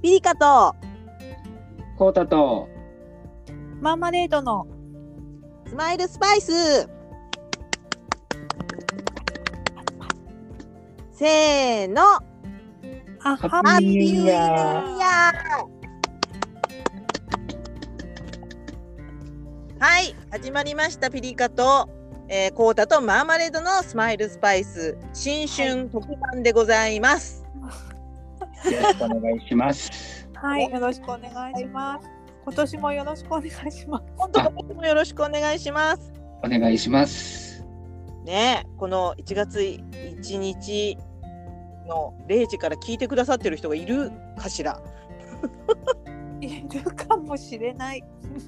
ピリカとコータとマーマレードのスマイルスパイス。せーの、 ハハッピーニューイヤー。 はい、始まりました。ピリカと、コータとマーマレードのスマイルスパイス新春特番でございます。 よろしくお願いします。 はい、よろしくお願いします。今年もよろしくお願いします。 今年もよろしくお願いします。 お願いします。 ね、この1月1日の0時から聞いてくださってる人がいるかしら。 いるかもしれない。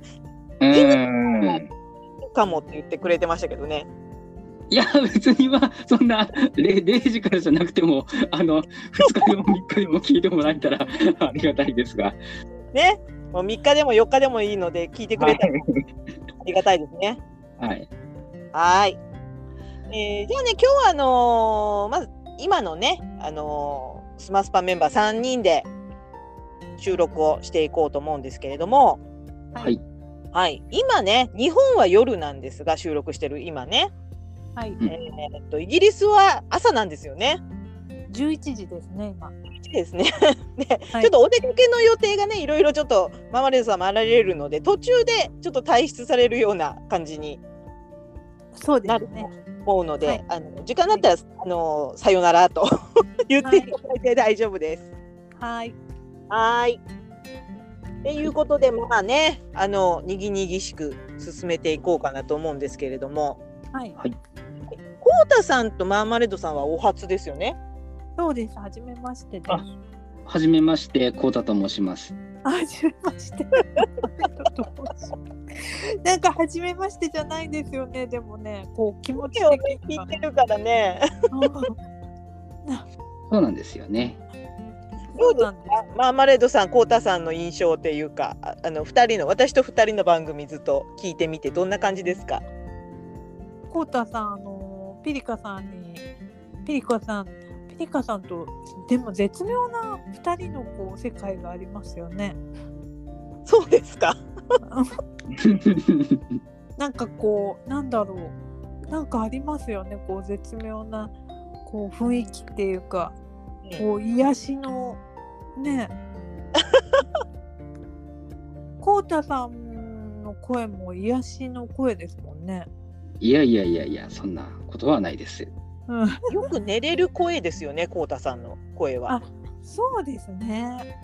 かもって言ってくれてましたけどね。 いや別にそんな 0時からじゃなくても2日でも3日でも聞いてもらえたらありがたいですがね、もう3日でも4日でもいいので聞いてくれたらありがたいですね。 はいはい、じゃあね、今日はまず今のねスマスパメンバー3人で収録をしていこうと思うんですけれども、 はいはい、今ね日本は夜なんですが、収録してる今ね、 はい、 イギリスは朝なんですよね。 11時ですね、今。 11時ですね。で、 はい、 ちょっとお出かけの予定がね、いろいろちょっとマーマレードさんもあられるので、途中でちょっと退出されるような感じになると思うので、時間になったら、さよならと言っていただいて大丈夫です。 はい。 はい。ということで、まあね、にぎにぎしく進めていこうかなと思うんですけれども、 はい。 コータさんとマーマレードさんはお初ですよね。 そうです。はじめましてです。 はじめまして、コータと申します。 はじめまして。なんかはじめましてじゃないんですよね。でもね、こう気持ち的に聞いてるからね。 そうなんですよね。 そうですか。マーマレードさん、コータさんの印象っていうか、私と2人の番組ずっと聞いてみてどんな感じですか？ コータさん、ピリカさんとでも絶妙な2人のこう世界がありますよね。 そうですか。 なんかこうなんだろう、なんかありますよね。こう絶妙なこう雰囲気っていうか、こう癒しのね。コータさんの声も癒しの声ですもんね。 いやそんなことはないです。 よく寝れる声ですよね、コータさんの声は。 そうですね。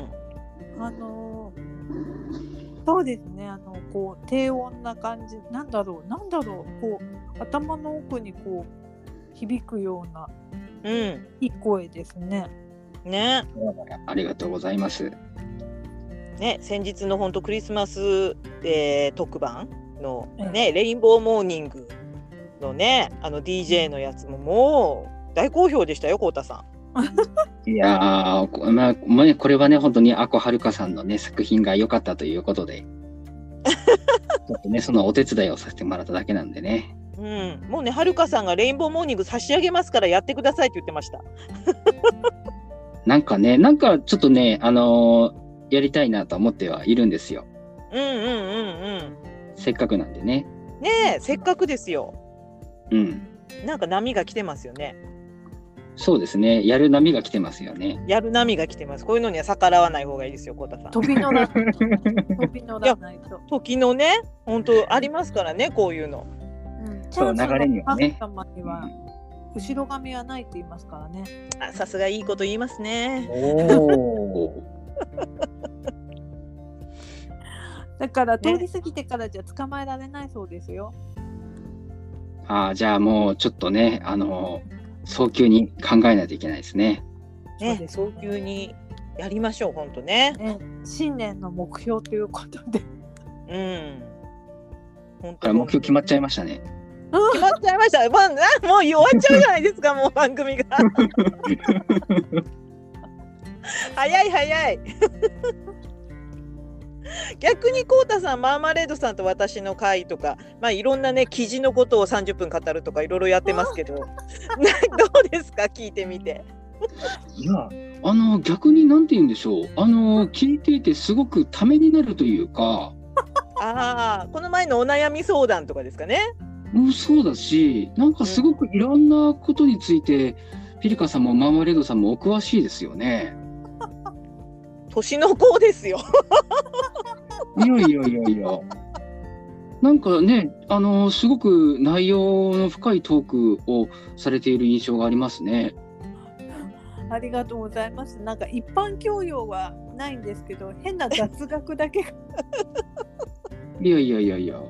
そうですね。こう低音な感じ、なんだろう、こう頭の奥にこう響くような、いい声ですね。 ね。 ありがとうございます。 ね、先日の本当クリスマス、特番のね、レインボーモーニングのね、DJ のやつももう大好評でしたよ、コータさん。いやー、これはね、本当にアコはるかさんのね、作品が良かったということで、ちょっとね、そのお手伝いをさせてもらっただけなんでね。 もうね、はるかさんがレインボーモーニング差し上げますからやってくださいって言ってました。 なんかちょっとね、やりたいなと思ってはいるんですよ。せっかくなんでね。 ねえ、せっかくですよ。なんか波が来てますよね。 そうですね。やる波が来てますよね。 やる波が来てます。こういうのには逆らわない方がいいですよ、コータさん。 飛び乗らないと。 時のね、本当ありますからね、こういうの。 そう、流れにはね。 後ろ髪はないと言いますからね。 さすがいいこと言いますね。 だから通り過ぎてからじゃ捕まえられないそうですよ。 じゃあもうちょっとね、早急に考えないといけないですね。 早急にやりましょう、本当ね。 新年の目標ということで。 本当目標決まっちゃいましたね。 決まっちゃいました。もう終わっちゃうじゃないですか、もう番組が。早い。逆にコータさん、マーマレードさんと私の会とか、いろんなね記事のことを30分語るとかいろいろやってますけどどうですか、聞いてみて。 いや逆になんて言うんでしょう。聞いていてすごくためになるというか。 この前のお悩み相談とかですかね。 もうそうだし、なんかすごくいろんなことについて、ピリカさんもマーマレードさんもお詳しいですよね。 年の子ですよ。 いやいやいやいや。なんかね、すごく内容の深いトークをされている印象がありますね。 ありがとうございます。なんか一般教養はないんですけど、変な雑学だけがいやいやいやいや。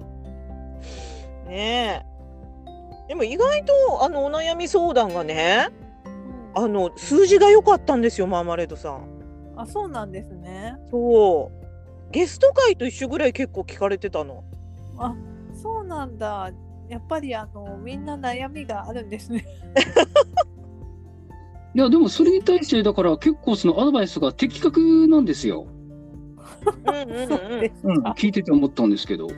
ねえ。でも意外とお悩み相談がね、数字が良かったんですよ、マーマレードさん。 あ、そうなんですね。 そう。ゲスト会と一緒ぐらい結構聞かれてたの。 あ、そうなんだ。やっぱりみんな悩みがあるんですね。 いやでもそれに対してだから結構そのアドバイスが的確なんですよ。聞いてて思ったんですけど。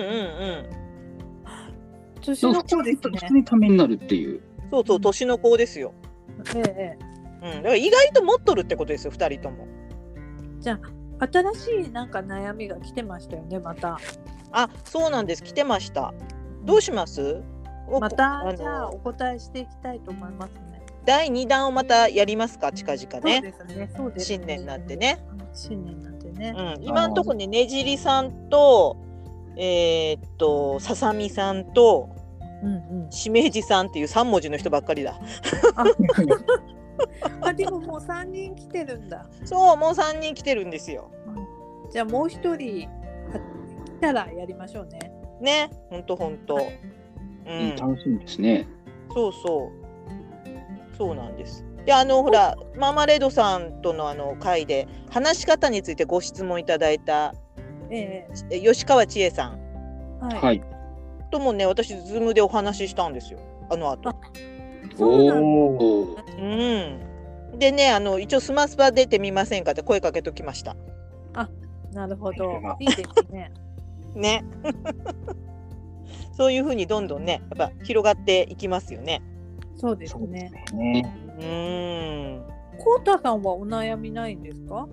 年の子ですね。 普通にためになるっていう。 そうそう、年の子ですよ。だから意外と持っとるってことですよ、2人とも。 じゃあ新しいなんか悩みが来てましたよね、また。 そうなんです、来てました。どうします？ またじゃあお答えしていきたいと思いますね。 第2弾をまたやりますか、近々ね。 そうですね、そうですね。 新年になってね。 新年になってね。 今のところねじりさんとささみさんと、しめじさんっていう3文字の人ばっかりだ。 でももう3人来てるんだ。 そう、もう3人来てるんですよ。 じゃあもう1人来たらやりましょうね。 ね、ほんと。 楽しみですね。 そうなんです。でほらマーマレードさんとの会で話し方についてご質問いただいた、吉川千恵さん、ともね、私ズームでお話ししたんですよ、後。でね、一応スマスパ出てみませんかって声かけときました。 なるほど、いいですね。 ね。そういう風にどんどんね、やっぱ広がっていきますよね。 そうですね。コウタさんはお悩みないんですか？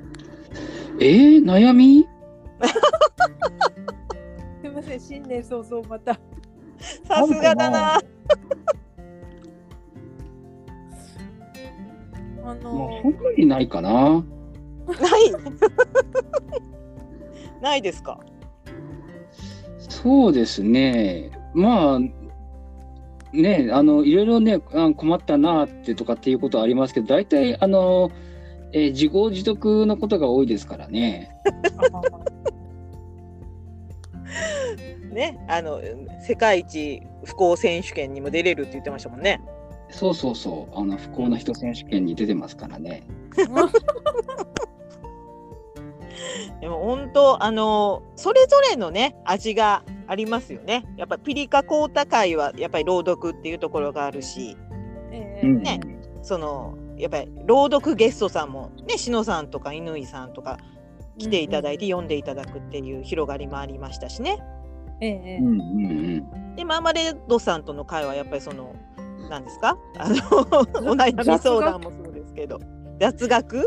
悩み？ すみません、新年早々また。 さすがだな。 もうそんなにないかな。 ないですか？ そうですね。まあね、いろいろね、困ったなってとかっていうことはありますけど、大体自業自得のことが多いですからね。 ね、世界一不幸選手権にも出れるって言ってましたもんね。 そう、不幸な人選手権に出てますからね。 でも本当それぞれのね味がありますよね。やっぱピリカコータ会はやっぱり朗読っていうところがあるし、ね、やっぱり朗読ゲストさんもね、しのさんとか乾さんとか来ていただいて読んでいただくっていう広がりもありましたしね。でマーマレードさんとの会はやっぱり何ですか、お悩み相談もそうですけど、雑談。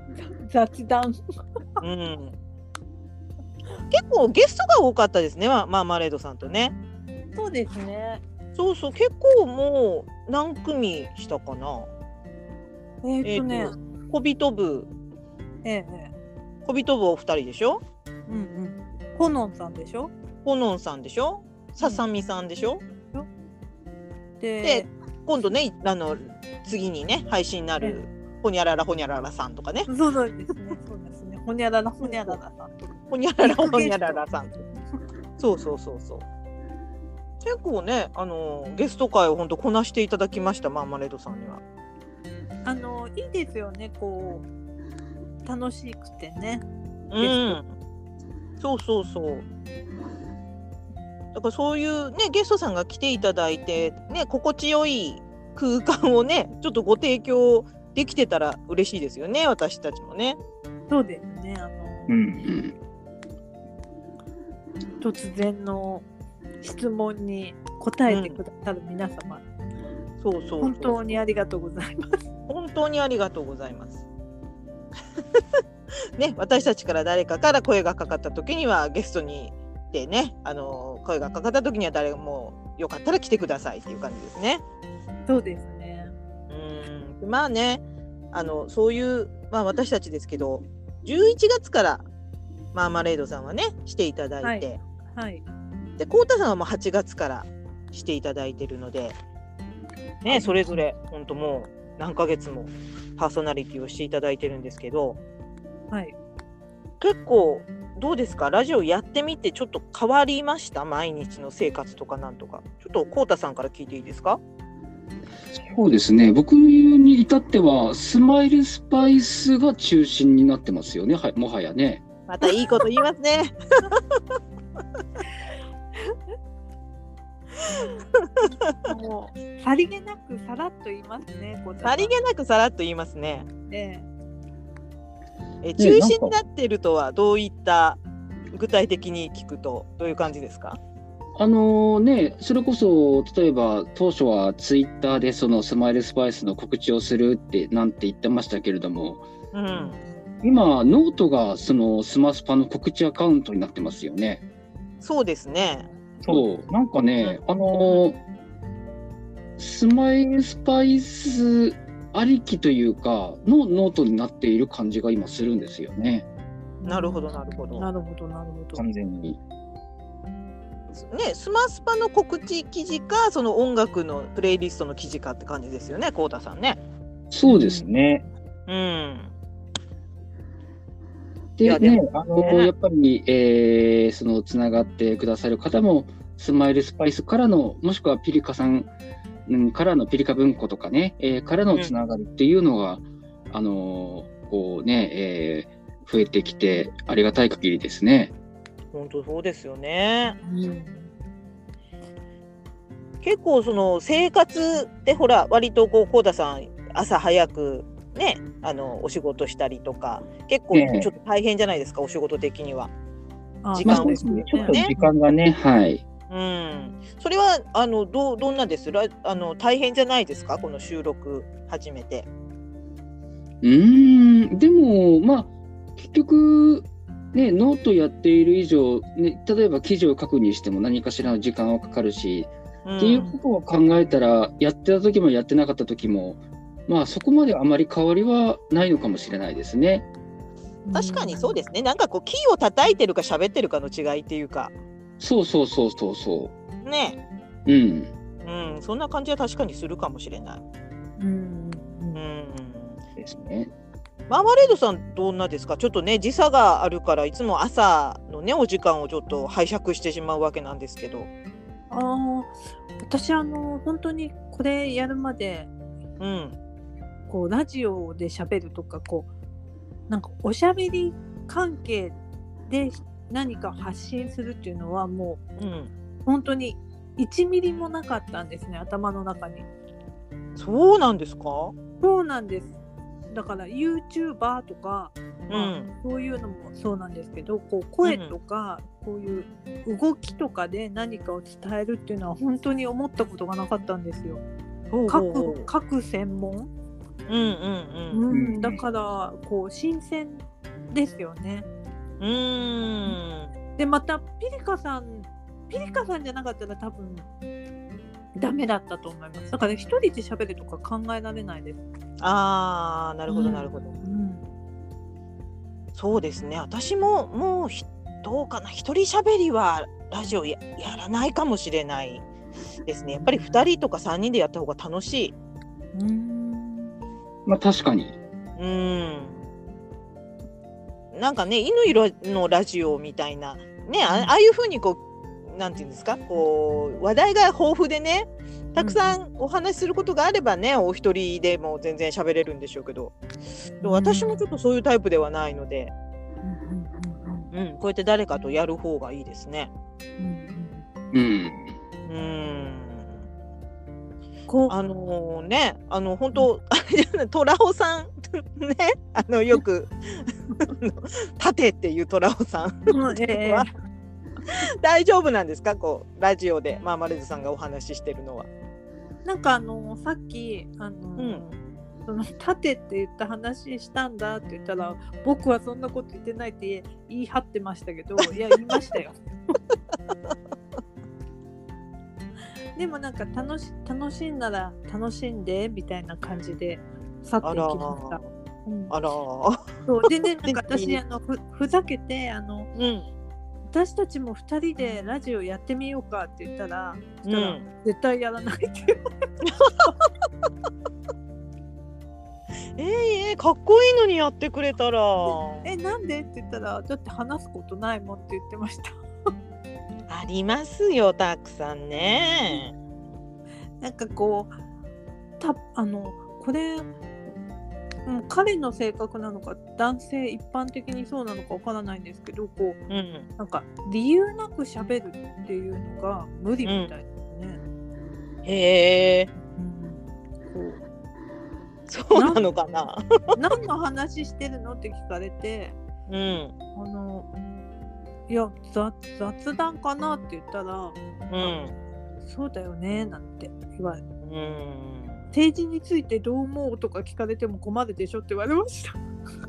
結構ゲストが多かったですね、マーマレードさんとね。 そうですね。 そう、結構もう何組したかな。小人部、小人部お二人でしょ。 ほのんさんでしょ。 ほのんさんでしょ。ささみさんでしょ。で今度ね、次にね配信になるほにゃららほにゃららさんとかね。 そうですね。ほにゃららほにゃららさんとか。 ほにゃららほにゃららさん。そう。結構ね、ゲスト会を本当こなしていただきました、マーマレードさんには。 いいですよね、こう楽しくてね。 そう。だからそういうねゲストさんが来ていただいてね、心地よい空間をねちょっとご提供できてたら嬉しいですよね、私たちもね。 そうですね。突然の質問に答えてくださる皆様、本当にありがとうございます。 本本当にありがとうございます。ね、私たちから誰かから声がかかった時にはゲストにでね、声がかかった時には誰もよかったら来てくださいっていう感じですね。 そうですね。 まあね、そういう、まあ、私たちですけど11月からマーマレードさんはねしていただいて、 はい、 でコウタさんはもう8月からしていただいてるので、ね、それぞれ本当もう何ヶ月もパーソナリティをしていただいてるんですけど、 はい、 結構どうですか、ラジオやってみてちょっと変わりました？毎日の生活とかなんとか。ちょっとコウタさんから聞いていいですか？ そうですね、僕に至ってはスマイルスパイスが中心になってますよね、はい、もはやね。 またいいこと言いますね。 もうさりげなくさらっと言いますね。 さりげなくさらっと言いますね。中心になっているとはどういった具体的に聞くとどういう感じですか？ ね、それこそ例えば当初はツイッターでそのスマイルスパイスの告知をするってなんて言ってましたけれども、今ノートがそのスマスパの告知アカウントになってますよね。 そうですね。 そうなんかね、スマイルスパイスありきというかのノートになっている感じが今するんですよね。 なるほどなるほどなるほどなるほど。 完全にね、スマスパの告知記事かその音楽のプレイリストの記事かって感じですよね、コウタさんね。 そうですね。でね、やっぱり、そのつながってくださる方もスマイルスパイスからの、もしくはピリカさん、からのピリカ文庫とかね、からのつながりっていうのが、こうね、増えてきてありがたい限りですね。 本当そうですよね。結構その生活ってほら割とこうコウタさん朝早くねお仕事したりとか結構ちょっと大変じゃないですか、お仕事的には。 時間ですね。ちょっと時間がね、はい。 それはどんなです大変じゃないですか、この収録始めて。 でもまあ結局ね、ノートやっている以上、ね、例えば記事を書くにしても何かしらの時間はかかるし、っていうことを考えたらやってた時もやってなかった時もまあそこまであまり変わりはないのかもしれないですね。 確かにそうですね。なんかこうキーを叩いてるか喋ってるかの違いっていうか。 そうね。そんな感じは確かにするかもしれない。 ですね。 マーマレードさんどんなですか？ちょっとね時差があるからいつも朝のねお時間をちょっと拝借してしまうわけなんですけど。 私本当にこれやるまで、こうラジオで喋るとかこうなんかおしゃべり関係で何か発信するっていうのはもう、本当に1ミリもなかったんですね、頭の中に。 そうなんですか？ そうなんです。だから YouTuber とか、そういうのもそうなんですけど、こう声とか、こういう動きとかで何かを伝えるっていうのは本当に思ったことがなかったんですよ。書く専門、だからこう新鮮ですよね。でまたピリカさんじゃなかったら多分ダメだったと思います。だから一人で喋るとか考えられないです。 なるほどなるほど。そうですね。私ももうどうかな、一人喋りはラジオ やらないかもしれないですね。やっぱり2人とか3人でやった方が楽しい。 まあ確かに。 なんかね、犬色のラジオみたいなね、ああいう風にこうなんていうんですか、こう話題が豊富でね、たくさんお話しすることがあればね、お一人でも全然喋れるんでしょうけど、私もちょっとそういうタイプではないので、こうやって誰かとやる方がいいですね。本当トラオさんね、よく立てっていうトラオさんは大丈夫なんですか？こうラジオでマーマレードさんがお話ししてるのは。 なんかさっきその立てって言った話したんだって言ったら、僕はそんなこと言ってないって言い張ってましたけど、いや言いましたよ。でもなんか楽しんだら楽しんでみたいな感じで去っていきました。 あらそうでね、なんか私ふざけて私たちも2人でラジオやってみようかって言ったら、絶対やらないって言われた。かっこいいのにやってくれたら。 なんでって言ったら、だって話すことないもんって言ってました。 ありますよ、たくさんね。 なんかこうこれ彼の性格なのか男性一般的にそうなのかわからないんですけど、こう、なんか理由なく喋るっていうのが無理みたいですね。 へえ、そうなのかな。 何の話してるのって聞かれて、いや雑談かなって言ったら、そうだよねなんて言われて、政治についてどう思うとか聞かれても困るでしょって言われました。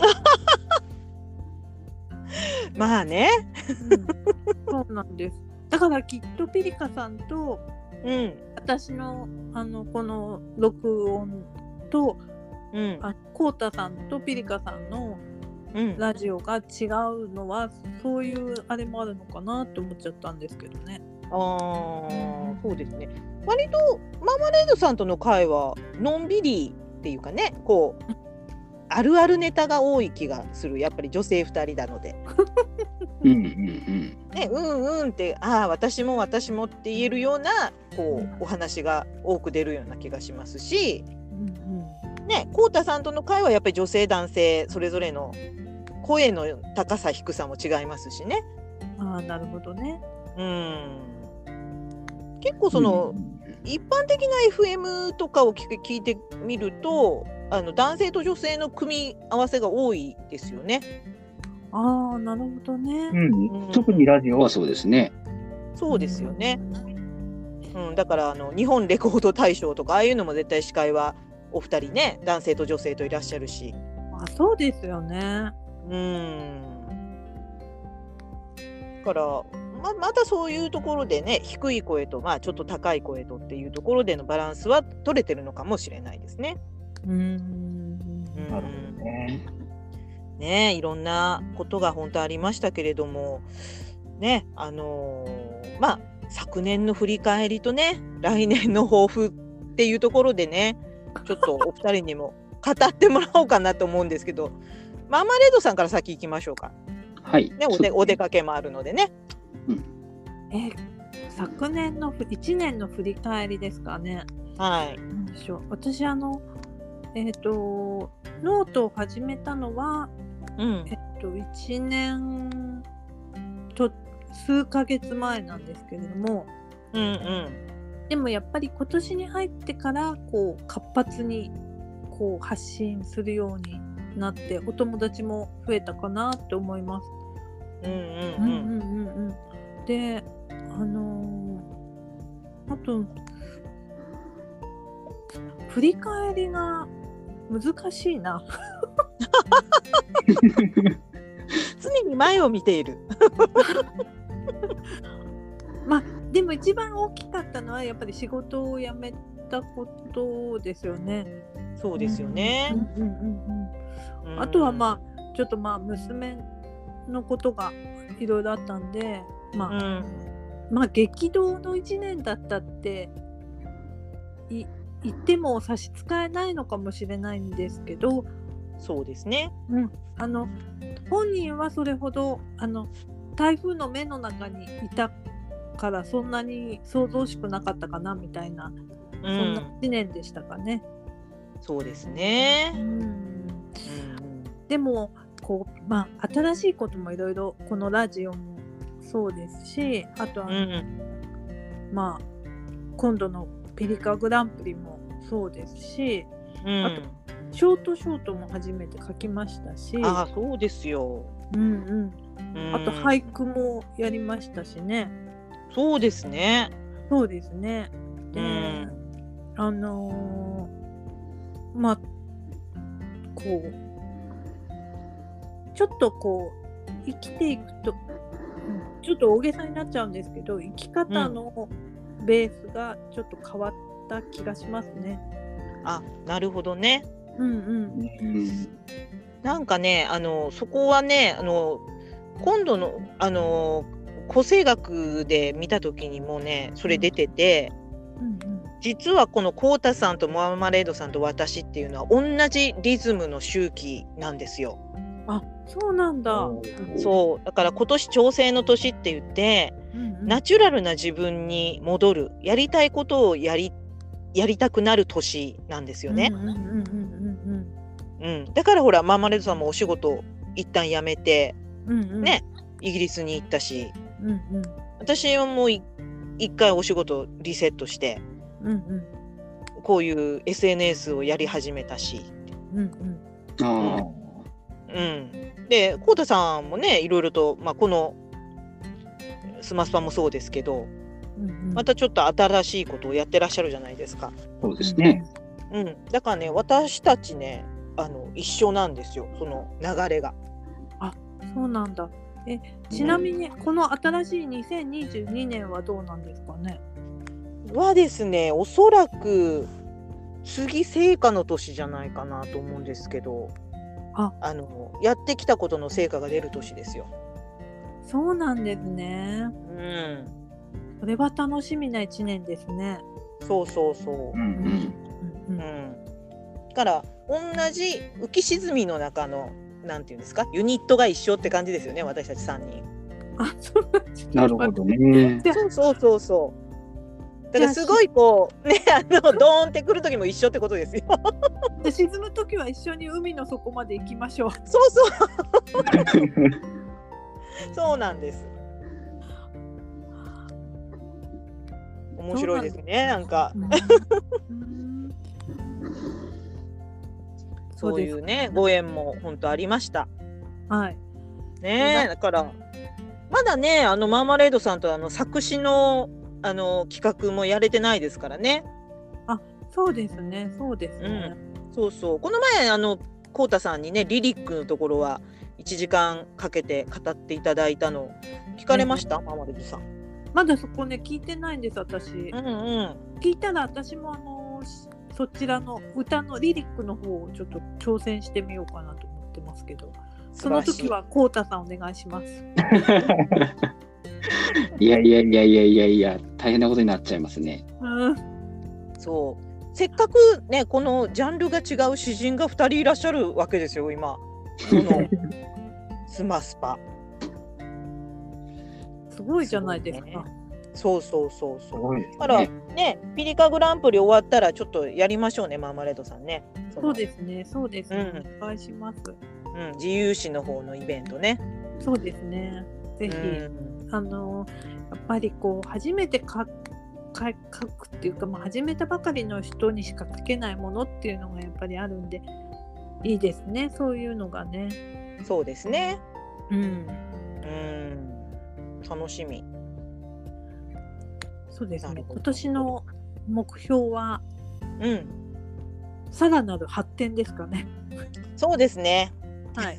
まあね、 そうなんです。だからきっとピリカさんと、私のこの録音と、コウタさんとピリカさんのラジオが違うのは、そういうあれもあるのかなと思っちゃったんですけどね。 そうですね。割とママレードさんとの会はのんびりっていうかね、こうあるあるネタが多い気がする。やっぱり女性2人なので。って私もって言えるようなこうお話が多く出るような気がしますし、コウタさんとの会はやっぱり女性男性それぞれの声の高さ低さも違いますしね。 なるほどね。 結構その、一般的な FM とかを聞いてみると、男性と女性の組み合わせが多いですよね。 なるほどね。 特にラジオはそうですね。 そうですよね。だから日本レコード大賞とかああいうのも絶対司会はお二人ね、男性と女性といらっしゃるし。 そうですよね。 だからまたそういうところでね、低い声とちょっと高い声とっていうところでのバランスは取れてるのかもしれないですね。いろんなことが本当ありましたけれどもね、昨年の振り返りとね、来年の抱負っていうところでね、ちょっとお二人にも語ってもらおうかなと思うんですけど、ママレードさんから先行きましょうか。お出かけもあるのでね。 昨年の1年の振り返りですかね。なんでしょう。私ノートを始めたのは、1年と数ヶ月前なんですけれども、でもやっぱり今年に入ってからこう活発にこう発信するようになって、お友達も増えたかなって思います。で、あと振り返りが難しいな。 常に前を見ている。 でも一番大きかったのはやっぱり仕事を辞めたことですよね。 そうですよね。 あとはちょっと娘のことがいろいろあったんで、激動の1年だったって言っても差し支えないのかもしれないんですけど、 そうですね。 本人はそれほど台風の目の中にいたからそんなに想像しくなかったかなみたいな、そんな1年でしたかね。 そうですね。 でもこう、新しいこともいろいろ、このラジオもそうですし、あとは今度のピリカグランプリもそうですし、あとショートも初めて書きましたし、 そうですよ。 あと俳句もやりましたしね。 そうですね。 そうですね。で、 こうちょっとこう生きていくと、ちょっと大げさになっちゃうんですけど、生き方のベースがちょっと変わった気がしますね。 あ、なるほどね。 うんうん。 なんかね、そこはね、今度の構成学で見た時にもね、それ出てて、実はこのコウタさんとマーマレードさんと私っていうのは同じリズムの周期なんですよ。 あ、そうなんだ。 そうだから今年調整の年って言って、ナチュラルな自分に戻る、やりたいことをやりたくなる年なんですよね。だからほらマーマレードさんもお仕事一旦辞めて、ね、イギリスに行ったし、私はもう一回お仕事リセットして、こういう SNS をやり始めたし、でコウタさんもねいろいろと、このスマスパもそうですけど、またちょっと新しいことをやってらっしゃるじゃないですか。 そうですね。 だからね、私たちね一緒なんですよ、その流れが。 あ、そうなんだ。ちなみにこの新しい2022年はどうなんですかね。 はですね、おそらく次成果の年じゃないかなと思うんですけど、やってきたことの成果が出る年ですよ。 そうなんですね。それは楽しみな1年ですね。 そう。だから同じ浮き沈みの中のなんていうんですか、ユニットが一緒って感じですよね、私たち3人。 あ、そうなるほどね。 そう。だからすごいこうね、ドーンってくる時も一緒ってことですよ。 沈む時は一緒に海の底まで行きましょう。 そうなんです。面白いですね、なんか。そういうね、ご縁も本当ありました。 はい。 ね、だからまだね、マーマレードさんと作詞の企画もやれてないですからね。 あ、そうですね。そう。 この前コウタさんにね、リリックのところは1時間かけて語っていただいたの聞かれました、マーマレードさん。 まだそこね聞いてないんです、私。聞いたら私もそちらの歌のリリックの方をちょっと挑戦してみようかなと思ってますけど、その時はコウタさんお願いします。 いや、大変なことになっちゃいますね。 そう。せっかくね、このジャンルが違う詩人が2人いらっしゃるわけですよ、今。このスマスパ。 すごいじゃないですか。 そう。だからね、ピリカグランプリ終わったらちょっとやりましょうね、マーマレードさんね。 そうですね。お願いします。 自由詩の方のイベントね。 そうですね。ぜひ、やっぱりこう初めて書くっていうか、始めたばかりの人にしか書けないものっていうのがやっぱりあるんで、いいですね、そういうのがね。 そうですね。楽しみ。 そうですね。今年の目標は、さらなる発展ですかね。 そうですね。 はい。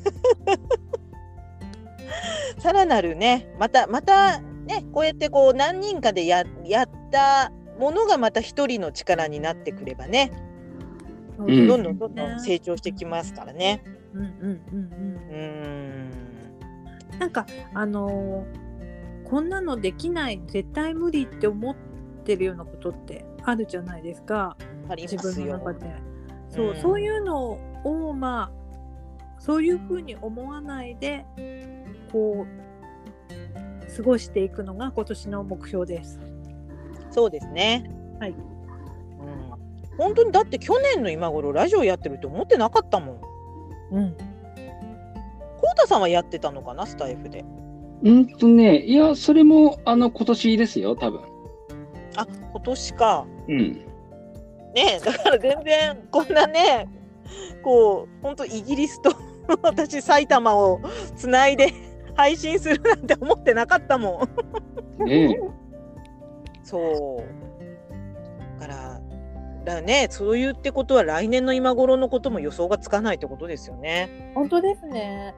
さらなるね、またね、こうやってこう何人かでやったものがまた一人の力になってくればね、どんどん成長してきますからね。 なんかこんなのできない、絶対無理って思ってるようなことってあるじゃないですか。 ありますよ。 自分の中で。そういうのをそういうふうに思わないでこう過ごしていくのが今年の目標です。そうですね。はい。 本当にだって去年の今頃ラジオやってるって思ってなかったもん。コウタさんはやってたのかな、スタイフで。 いや、それも今年ですよ、多分。 あ、今年か。 ね、 だから全然こんなね、こう本当イギリスと私埼玉をつないで配信するなんて思ってなかったもん。そう。だからだね、そういうってことは来年の今頃のことも予想がつかないってことですよね。 本当ですね。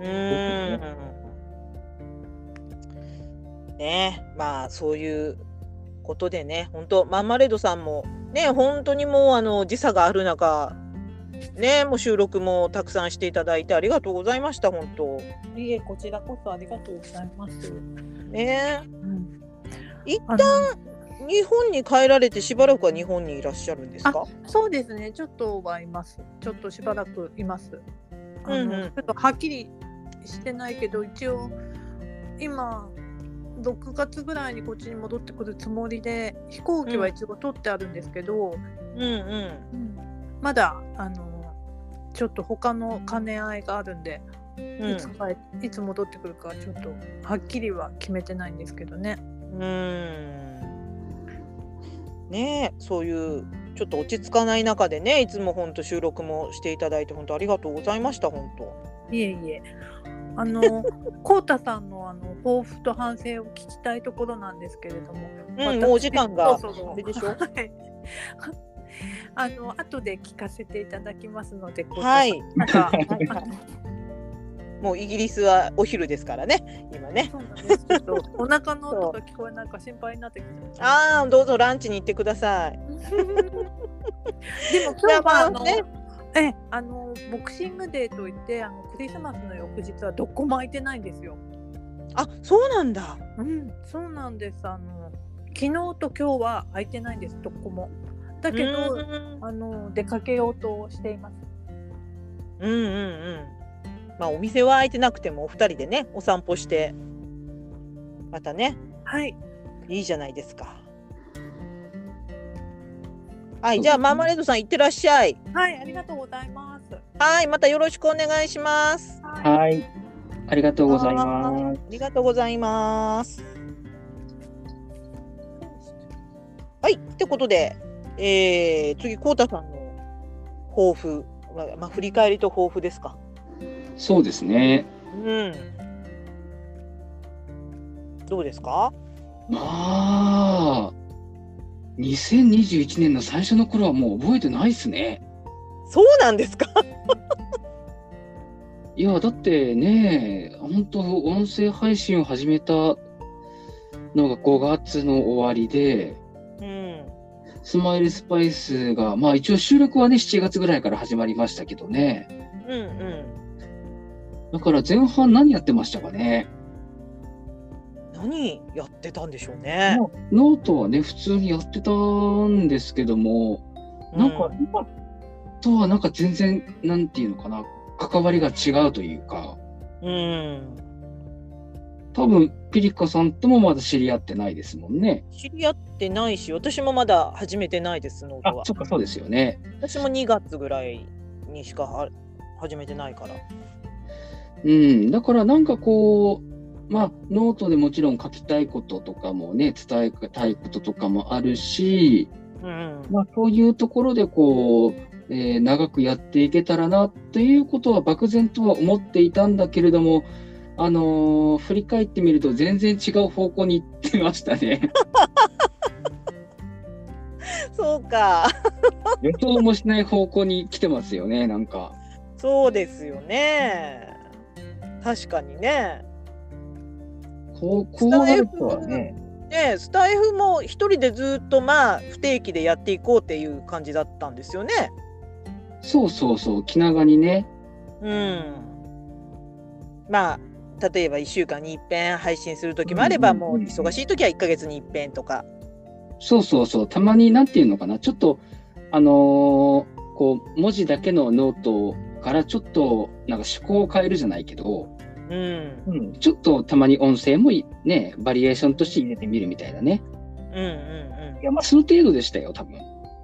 ね、まあそういうことでね、本当マンマレードさんもね、本当にもう時差がある中ね、もう収録もたくさんしていただいてありがとうございました。本当。 いえ、こちらこそありがとうございます。 ね、一旦日本に帰られてしばらくは日本にいらっしゃるんですか？ そうですね、ちょっとはいます。ちょっとしばらくいます。ちょっとはっきりしてないけど、一応今6月ぐらいにこっちに戻ってくるつもりで、飛行機は一応取ってあるんですけど、まだちょっと他の兼ね合いがあるんで、いつ戻ってくるかちょっとはっきりは決めてないんですけどね。 ね、そういうちょっと落ち着かない中でね、いつも本当収録もしていただいて本当ありがとうございました。本当。 いえいえ。コウタさんの抱負と反省を聞きたいところなんですけれども、 もうお時間があれでしょ。 後で聞かせていただきますので、 はい。もうイギリスはお昼ですからね、今ね。 そうなんです。ちょっとお腹の音が聞こえないか心配になってきちゃう。どうぞランチに行ってください。でも今日はボクシングデーといってクリスマスの翌日はどこも空いてないんですよ。 あ、そうなんだ。 そうなんです。昨日と今日は空いてないんです、どこも。だけど出かけようとしています。 まあお店は開いてなくてもお二人でねお散歩してまたね、いいじゃないですか。はい、じゃあマーマレードさん行ってらっしゃい。 はい、ありがとうございます。 はい、またよろしくお願いします。 はい、ありがとうございます。 ありがとうございます。はい、ってことで、次コウタさんの抱負、振り返りと抱負ですか。 そうですね。 どうですか。 まあ2021年の最初の頃はもう覚えてないですね。 そうなんですか。 いやだってね、本当音声配信を始めたのが5月の終わりで、スマイルスパイスがまあ一応収録はね7月ぐらいから始まりましたけどね。だから前半何やってましたかね。 何やってたんでしょうね。 ノートはね普通にやってたんですけども、なんか今とはなんか全然なんていうのかな、関わりが違うというか。多分ピリカさんともまだ知り合ってないですもんね。 知り合ってないし、私もまだ始めてないです。ノートは。 そっか、そうですよね。 私も2月ぐらいにしか始めてないから。 だからなんかこうノートでもちろん書きたいこととかもね、伝えたいこととかもあるし、そういうところでこう、長くやっていけたらなっていうことは漠然とは思っていたんだけれども、振り返ってみると全然違う方向に行ってましたね。 そうか。 予想もしない方向に来てますよね、なんか。 そうですよね。確かにね。 こうなるとはね。 スタイフも一人でずっと不定期でやっていこうっていう感じだったんですよね。 そう気長にね。 例えば1週間に一遍配信する時もあれば、もう忙しい時は1ヶ月に一遍とか。 そうたまになんていうのかな、ちょっとこう文字だけのノートからちょっとなんか趣向を変えるじゃないけど、ちょっとたまに音声もねバリエーションとして入れてみるみたいなね。いやその程度でしたよ多分。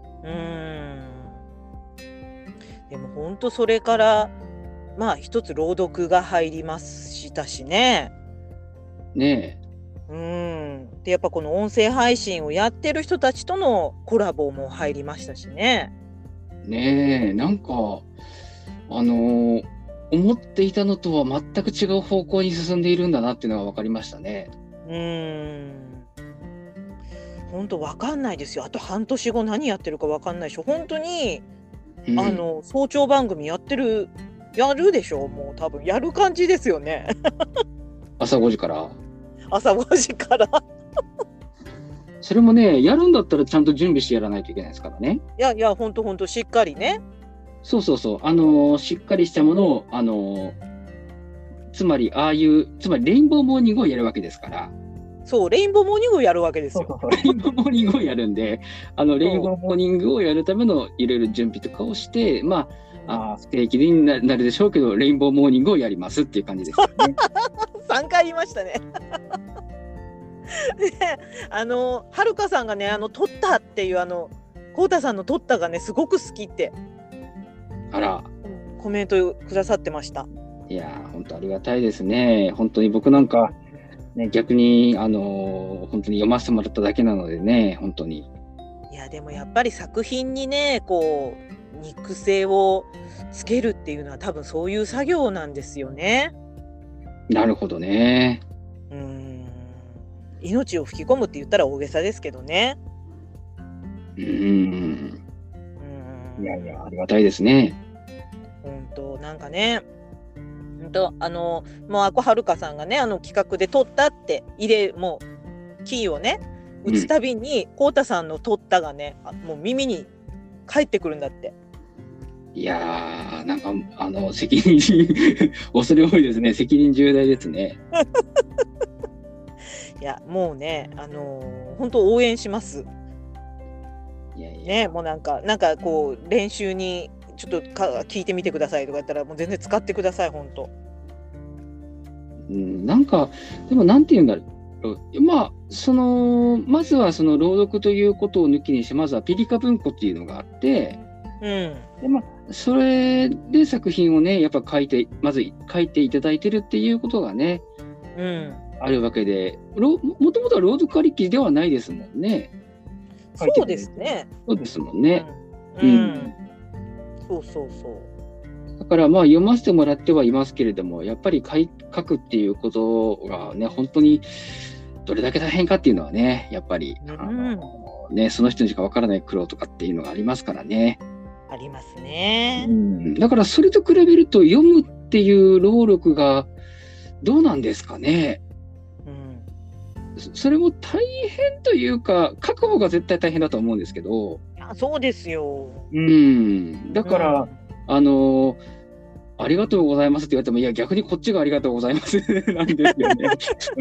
でも本当それから一つ朗読が入りましたしね。でやっぱこの音声配信をやってる人たちとのコラボも入りましたしね。 なんか思っていたのとは全く違う方向に進んでいるんだなっていうのが分かりましたね。 本当わかんないですよ。あと半年後何やってるかわかんないし、本当に早朝番組やるでしょ。もう多分やる感じですよね。 朝5時から。 朝5時から。 それもね、やるんだったらちゃんと準備してやらないといけないですからね。 いや本当しっかりね。 そう、しっかりしたものをつまりレインボーモーニングをやるわけですから。 そう、レインボーモーニングをやるわけですよ。 レインボーモーニングをやるんで、レインボーモーニングをやるためのいろいろ準備とかをして、不定期になるでしょうけど、レインボーモーニングをやりますっていう感じですよね。 3回言いましたね。で、はるかさんがね、撮ったっていうこうたさんの撮ったがね、すごく好きってあら、 コメントくださってました。 いやー、本当ありがたいですね。本当に僕なんか、ね、逆に本当に読ませてもらっただけなのでね、本当に。 いやでもやっぱり作品にね、こう肉声をつけるっていうのは多分そういう作業なんですよね。 なるほどね。 命を吹き込むって言ったら大げさですけどね。 いやありがたいですね。 本当なんかね。もうあこはるかさんがね企画で撮ったってもうキーをね打つたびにこうたさんの撮ったがねもう耳に返ってくるんだって。 いやー、なんか責任恐れ多いですね。責任重大ですね。 いやもうね本当応援します。 いやね、もうなんかこう練習にちょっと聞いてみてくださいとか言ったらもう全然使ってください本当。 なんかでもなんて言うんだろう。まずはその朗読ということを抜きにして、まずはピリカ文庫っていうのがあって、でそれで作品をねやっぱまず書いていただいてるっていうことがね、あるわけで、もともとは朗読ありきではないですもんね。 そうですね。 そうですもんね。 そう。 だから読ませてもらってはいますけれども、やっぱり書くっていうことがね本当にどれだけ大変かっていうのはね、やっぱり、その人にしかわからない苦労とかっていうのがありますからね。 ありますね。 だからそれと比べると読むっていう労力がどうなんですかね。それも大変というか書く方が絶対大変だと思うんですけど。 そうですよ。 だから、ありがとうございますって言われても、いや逆にこっちがありがとうございますなんですよね。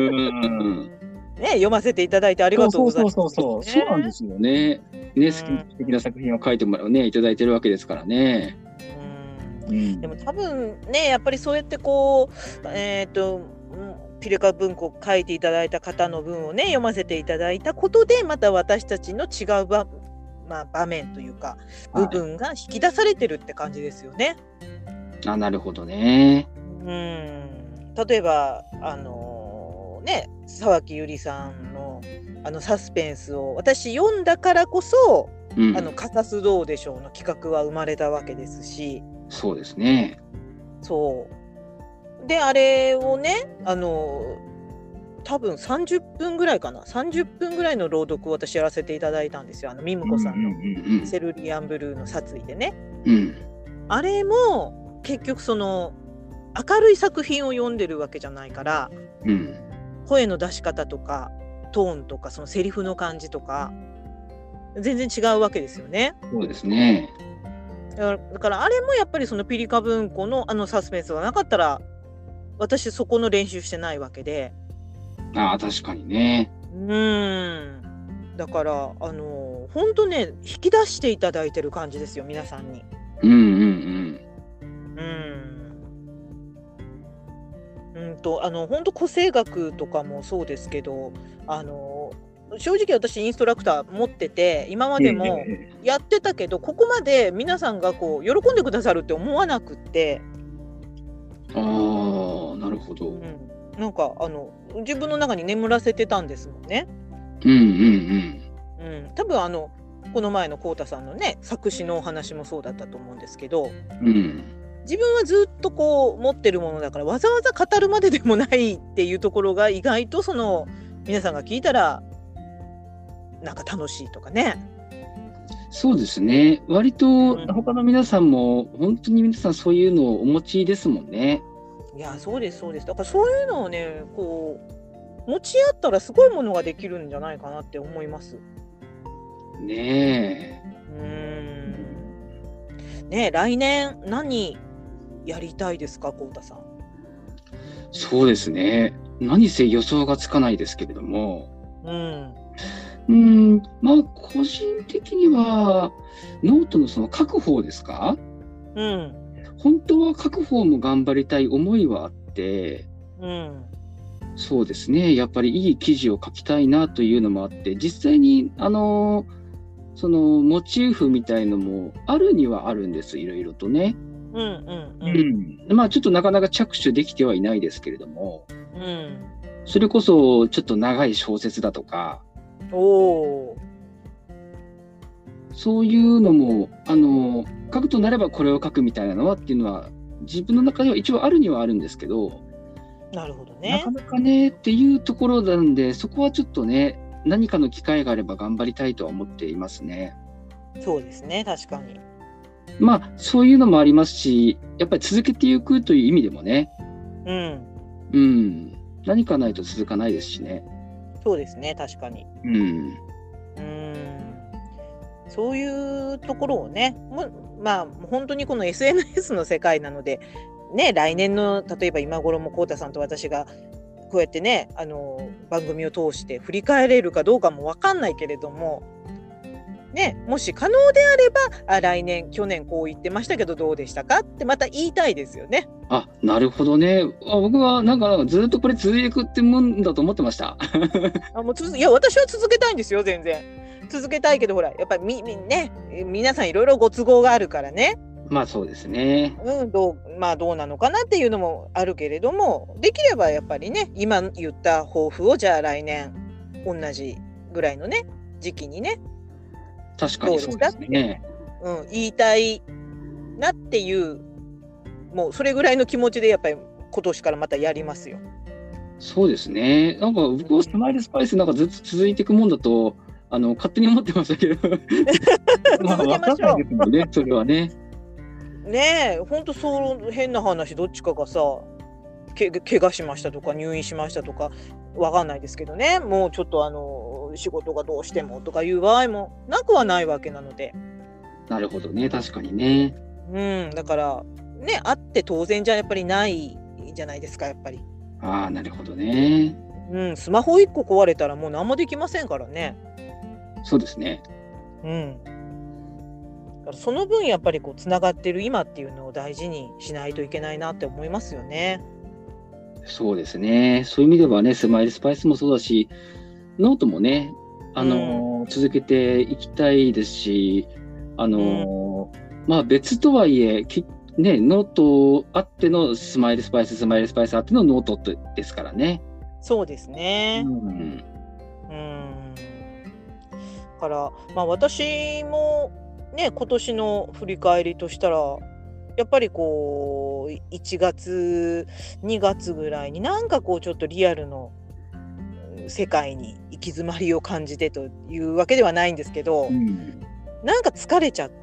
読ませていただいてありがとうございます。 そうなんですよね。素敵な作品を書いてもらうねいただいてるわけですからね。 でも多分ねやっぱりそうやってこうピリカ文庫書いていただいた方の文をね読ませていただいたことでまた私たちの違う場面というか部分が引き出されてるって感じですよね。 なるほどね。 例えば沢木ゆりさんのサスペンスを私読んだからこそ、カサスどうでしょうの企画は生まれたわけですし。 そうですね。 そうであれをね多分30分ぐらいかな30分ぐらいの朗読を私やらせていただいたんですよ。ミムコさんのセルリアンブルーの殺意でね、あれも結局その明るい作品を読んでるわけじゃないから、声の出し方とかトーンとかそのセリフの感じとか全然違うわけですよね。 そうですね。 だからあれもやっぱりそのピリカ文庫のサスペンスがなかったら私そこの練習してないわけで。 確かにね。 だから本当ね引き出していただいてる感じですよ皆さんに。本当個性学とかもそうですけど正直私インストラクター持ってて今までもやってたけど、ここまで皆さんがこう喜んでくださるって思わなくって。 なるほど。 なんか自分の中に眠らせてたんですもんね。多分この前のこうたさんのね作詞のお話もそうだったと思うんですけど、自分はずっとこう持ってるものだからわざわざ語るまででもないっていうところが意外とその皆さんが聞いたらなんか楽しいとかね。 そうですね。割と他の皆さんも本当に皆さんそういうのをお持ちですもんね。 いや、そうですそうです。だからそういうのをね、こう持ち合ったらすごいものができるんじゃないかなって思います。 ねえ。来年何やりたいですか、こうたさん。 そうですね。何せ予想がつかないですけれども。まあ個人的にはノートのその書く方ですか？本当は書く方も頑張りたい思いはあって、そうですね。やっぱりいい記事を書きたいなというのもあって、実際にそのモチーフみたいのもあるにはあるんです。いろいろとね。まあちょっとなかなか着手できてはいないですけれども、それこそちょっと長い小説だとか、そういうのも書くとなればこれを書くみたいなのはっていうのは自分の中では一応あるにはあるんですけど、 なるほどね。 なかなかねっていうところなんで、そこはちょっとね、何かの機会があれば頑張りたいとは思っていますね。 そうですね、確かに。 まあそういうのもありますし、やっぱり続けていくという意味でもね、何かないと続かないですしね。 そうですね、確かに。そういうところをね、まあ本当にこの SNS の世界なのでね、来年の例えば今頃もこうたさんと私がこうやってね、番組を通して振り返れるかどうかも分かんないけれどもね、もし可能であれば来年去年こう言ってましたけどどうでしたかってまた言いたいですよね。 なるほどね。僕はなんかずっとこれ続いていくってもんだと思ってました。 いや私は続けたいんですよ。全然続けたいけど、ほらやっぱりね、皆さんいろいろご都合があるからね。 まあそうですね。 どうなのかなっていうのもあるけれども、できればやっぱりね、今言った抱負をじゃあ来年同じぐらいのね時期にね、 確かにそうですね。 言いたいなっていう、もうそれぐらいの気持ちでやっぱり今年からまたやりますよ。 そうですね。なんか僕はスマイルスパイスなんかずっと続いていくもんだと勝手に思ってましたけど続けましょう。 ですもんね、それはね。 ねえ、ほんとそう変な話、どっちかがさ怪我しましたとか入院しましたとかわかんないですけどね、もうちょっと仕事がどうしてもとかいう場合もなくはないわけなので。 なるほどね、確かにね。 だからね、あって当然じゃやっぱりないじゃないですか、やっぱり。 なるほどね。 スマホ1個壊れたらもう何もできませんからね。 そうですね。 だからその分やっぱりこうつながってる今っていうのを大事にしないといけないなって思いますよね。 そうですね。そういう意味ではね、スマイルスパイスもそうだし、ノートもね、続けていきたいですし、まあ別とはいえ、ね、ノートあってのスマイルスパイスあってのノートですからね。 そうですね。だからまあ私もね、今年の振り返りとしたらやっぱりこう1月2月ぐらいになんかこうちょっとリアルの世界に行き詰まりを感じてというわけではないんですけど、なんか疲れちゃって。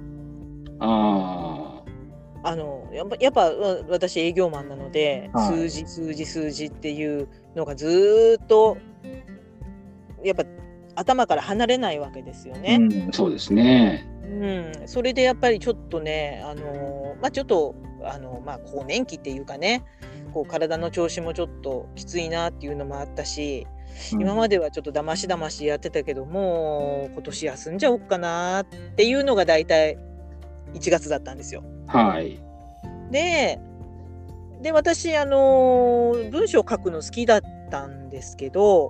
やっぱ私営業マンなので、数字っていうのがずっとやっぱ頭から離れないわけですよね。 そうですね。 それでやっぱりちょっとね、ちょっと更年期っていうかね、こう体の調子もちょっときついなっていうのもあったし、今まではちょっとだましやってたけども今年休んじゃおうかなっていうのがだいたい1月だったんですよ。で私文章を書くの好きだったんですけど、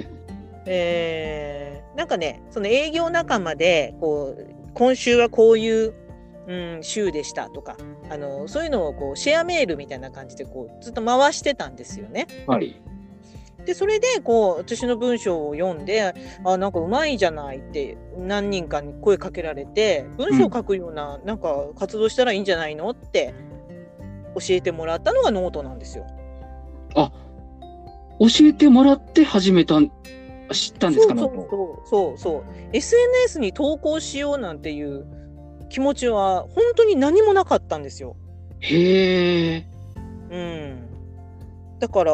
なんかね、その営業仲間でこう今週はこういう、週でしたとかそういうのをこうシェアメールみたいな感じでこうずっと回してたんですよね。でそれでこう私の文章を読んでなんかうまいじゃないって何人かに声かけられて、文章を書くような、なんか活動したらいいんじゃないのって教えてもらったのがノートなんですよ。 教えてもらって始めたん知ったんですか？ そう SNS に投稿しようなんていう気持ちは本当に何もなかったんですよ。 へえ。 だから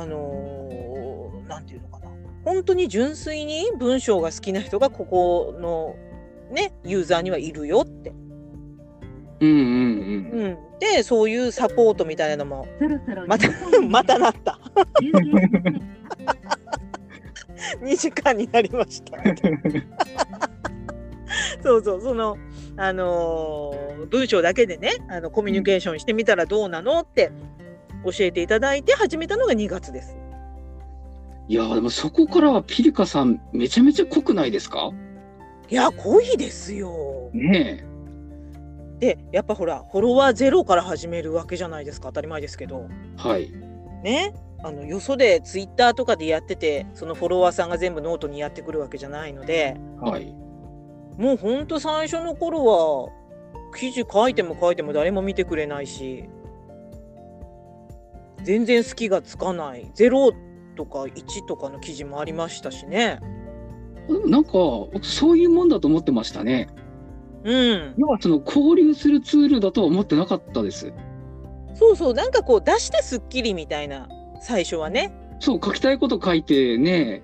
なんていうのかな、本当に純粋に文章が好きな人がここのねユーザーにはいるよって。でそういうサポートみたいなのもまたなった2時間になりましたその文章だけでねコミュニケーションしてみたらどうなのって教えていただいて始めたのが2月です。 いやでもそこからはピリカさんめちゃめちゃ濃くないですか？ いや濃いですよねえ。 でやっぱほらフォロワーゼロから始めるわけじゃないですか。当たり前ですけど、 はいね、よそでツイッターとかでやっててそのフォロワーさんが全部ノートにやってくるわけじゃないので、 はい、 もうほんと最初の頃は記事書いても誰も見てくれないし全然好きがつかない0とか1とかの記事もありましたしね。 なんかそういうもんだと思ってましたね。要はその交流するツールだとは思ってなかったです。 そうなんかこう出してスッキリみたいな最初はね。 そう書きたいこと書いてね、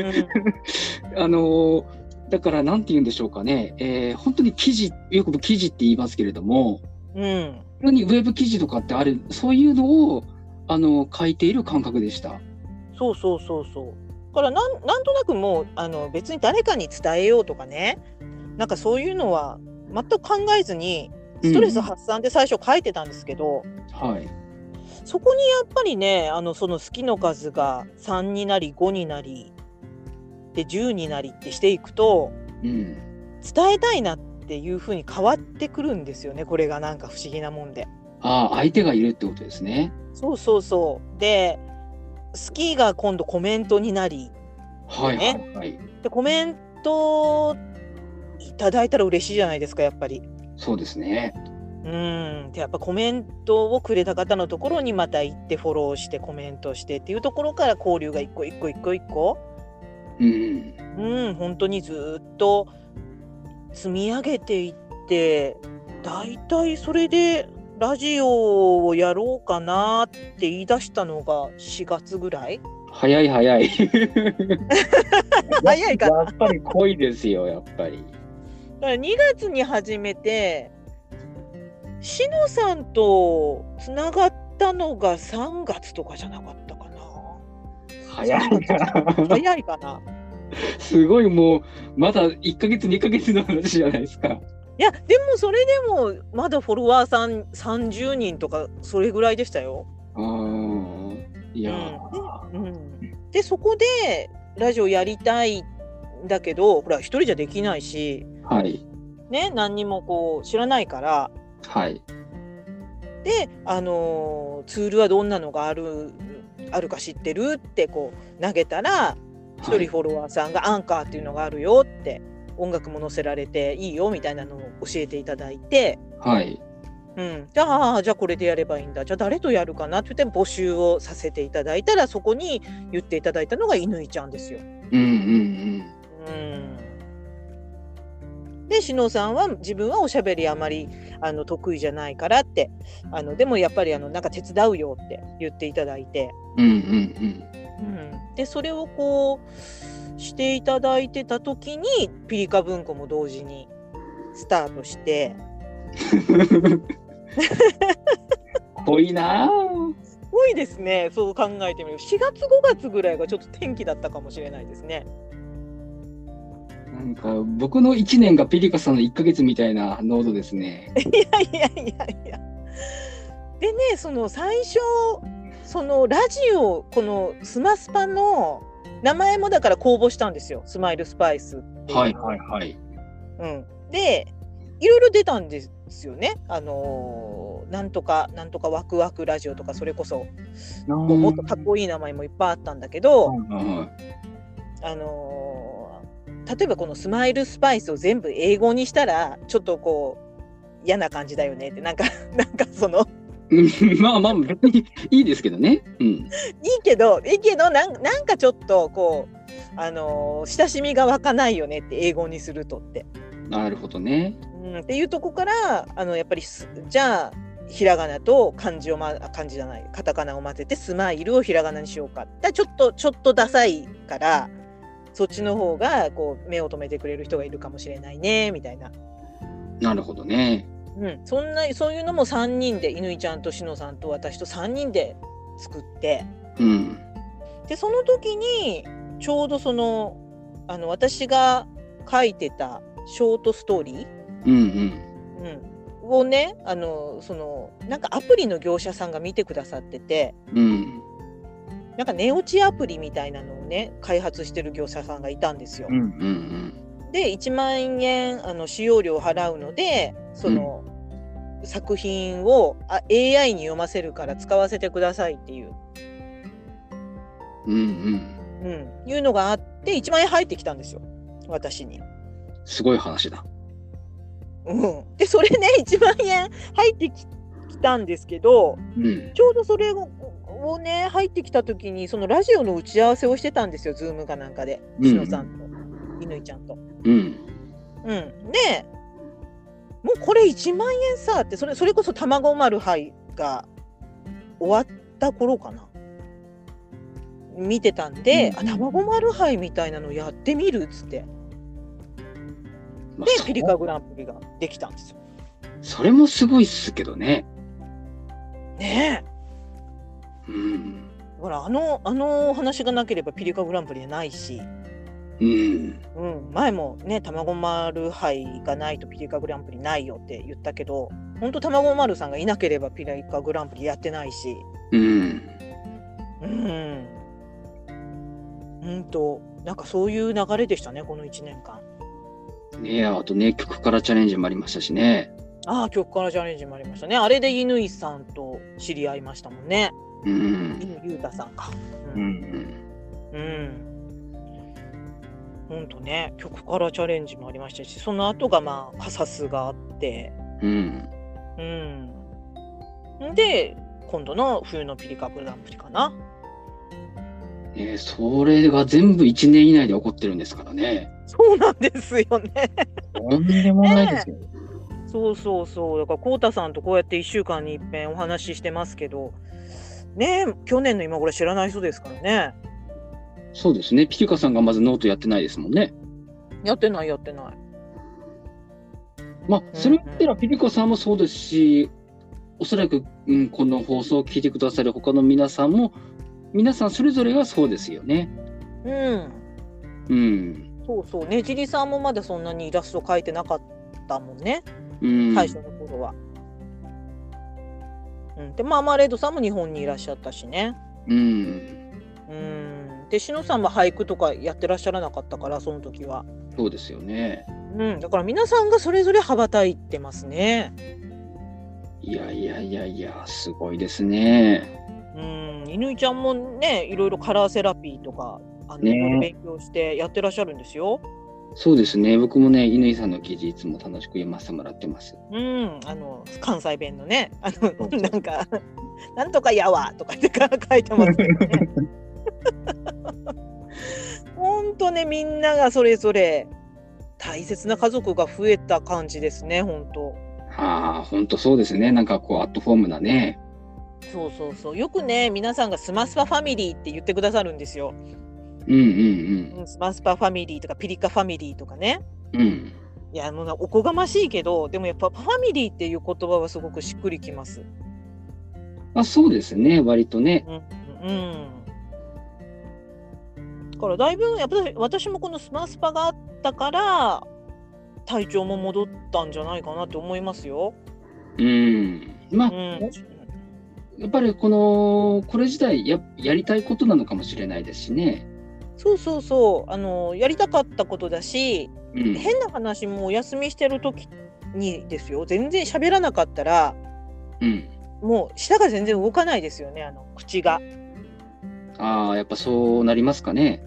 だからなんて言うんでしょうかね、本当に記事よく記事って言いますけれども、普通にウェブ記事とかってあるそういうのを書いている感覚でした。 そうだからなんとなくもう別に誰かに伝えようとかねなんかそういうのは全く考えずにストレス発散で最初書いてたんですけど、 はい、 そこにやっぱりねその好きの数が3になり5になりで10になりってしていくと、伝えたいなっていう風に変わってくるんですよね。これがなんか不思議なもんで。 相手がいるってことですね。 そうで好きが今度コメントになり、でコメントいただいたら嬉しいじゃないですかやっぱり。 そうですね。 でやっぱコメントをくれた方のところにまた行ってフォローしてコメントしてっていうところから交流が一個本当にずっと積み上げていってだいたいそれでラジオをやろうかなって言い出したのが4月ぐらい。 早い早いかな。 やっぱり濃いですよやっぱり。 だから2月に始めてしのさんとつながったのが3月とかじゃなかったかな。 早いかな。すごいもうまだ1ヶ月2ヶ月の話じゃないですか。 いやでもそれでもまだフォロワーさん30人とかそれぐらいでしたよ。 いや、 でそこでラジオやりたいんだけどほら一人じゃできないし、ね、何にもこう知らないから、でツールはどんなのがあるか知ってるってこう投げたら一人フォロワーさんがアンカーっていうのがあるよって音楽も載せられていいよみたいなのを教えていただいて、じゃあこれでやればいいんだ、じゃあ誰とやるかなって言って募集をさせていただいたらそこに言っていただいたのが乾ちゃんですよ。でしのさんは自分はおしゃべりあまり得意じゃないからってでもやっぱりなんか手伝うよって言っていただいて、でそれをこうしていただいてた時にピリカ文庫も同時にスタートして濃いな。 濃いですね。そう考えてみる4月5月ぐらいがちょっと転機だったかもしれないですね。 なんか僕の1年がピリカさんの1ヶ月みたいな濃度ですね。 いやでねその最初そのラジオこのスマスパの名前もだから公募したんですよ。スマイルスパイスっていう。でいろいろ出たんですよね。なんとかワクワクラジオとかそれこそもっとかっこいい名前もいっぱいあったんだけど、例えばこのスマイルスパイスを全部英語にしたらちょっとこう嫌な感じだよねってなんかそのまあ別にいいですけどね。いいけどなんかちょっとこう親しみが湧かないよねって英語にするとって。 なるほどね。 っていうとこからやっぱりじゃあひらがなと漢字じゃないカタカナを混ぜてスマイルをひらがなにしようか。ちょっとダサいからそっちの方がこう目を留めてくれる人がいるかもしれないねみたいな。 なるほどね。 そういうのも3人で乾ちゃんとしのさんと私と3人で作って、でその時にちょうど私が書いてたショートストーリー、をねなんかアプリの業者さんが見てくださってて、なんか寝落ちアプリみたいなのをね開発してる業者さんがいたんですよ。で1万円使用料を払うので作品をAI に読ませるから使わせてくださいっていう、いうのがあって1万円入ってきたんですよ私に。 すごい話だ。 でそれね1万円入ってきたんですけど、ちょうどそれをね入ってきた時にそのラジオの打ち合わせをしてたんですよ、ズームかなんかでしのさんと乾ちゃんと。でもうこれ1万円さってそれこそ卵丸杯が終わった頃かな見てたんで、卵丸杯みたいなのやってみるっつって、でピリカグランプリができたんですよ。 それもすごいっすけどね。 ねえ。だからあの話がなければピリカグランプリはないし、前もね卵丸杯がないとピリカグランプリないよって言ったけど、本当卵丸さんがいなければピリカグランプリやってないし、なんかそういう流れでしたねこの1年間。 あとね曲からチャレンジもありましたしね。 曲からチャレンジもありましたね。あれで乾さんと知り合いましたもんね。乾裕太さんか。ほんとね曲からチャレンジもありましたし、その後がカサスがあって、で今度の冬のピリカグランプリかな。 それが全部1年以内で起こってるんですからね。 そうなんですよね。 とんでもないですよ。 そうだからこうたさんとこうやって1週間に一遍お話ししてますけどね、去年の今頃知らない人ですからね。 そうですね。ピリカさんがまずノートやってないですもんね。 やってない。 それ言ったらピリカさんもそうですし、おそらく、この放送を聞いてくださる他の皆さんもそれぞれがそうですよね。そうねじりさんもまだそんなにイラスト描いてなかったもんね、最初の頃は。でマーマレードさんも日本にいらっしゃったしね。でしのさんも俳句とかやってらっしゃらなかったからその時は。 そうですよね。 だから皆さんがそれぞれ羽ばたいてますね。 いやすごいですね。 乾ちゃんもねいろいろカラーセラピーとかいろいろ勉強してやってらっしゃるんですよ。 そうですね。僕もね乾さんの記事いつも楽しく読ませてもらってます。 関西弁のねなんかなんとかやわとかって書いてますけどね。ほんとねみんながそれぞれ大切な家族が増えた感じですね。ほんとそうですね。なんかこうアットフォームなね。 そうよくね皆さんがスマスパファミリーって言ってくださるんですよ。スマスパファミリーとかピリカファミリーとかね。いやもうおこがましいけどでもやっぱファミリーっていう言葉はすごくしっくりきます。 そうですね割とね。 だからだいぶやっぱり私もこのスマスパがあったから体調も戻ったんじゃないかなって思いますよ。 やっぱりこれ自体やりたいことなのかもしれないですしね。 やりたかったことだし、変な話もお休みしてる時にですよ全然喋らなかったら、もう舌が全然動かないですよね口が。 やっぱそうなりますかね。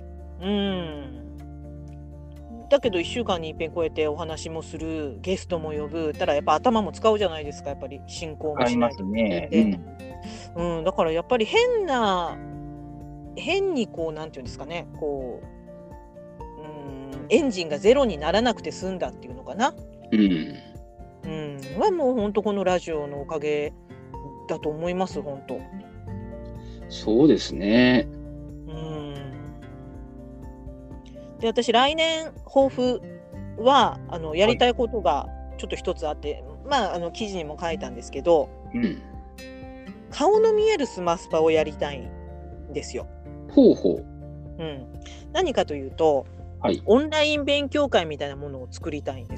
だけど1週間に一遍こうやってお話もするゲストも呼ぶたらやっぱ頭も使うじゃないですか。やっぱり進行もしないとね。だからやっぱり変にこうなんていうんですかねこうエンジンがゼロにならなくて済んだっていうのかな、はもう本当このラジオのおかげだと思います。本当そうですね。 で、私来年抱負はやりたいことがちょっと一つあって、記事にも書いたんですけど、顔の見えるスマスパをやりたいんですよ。 ほうほう。 何かというと、オンライン勉強会みたいなものを作りたいんです。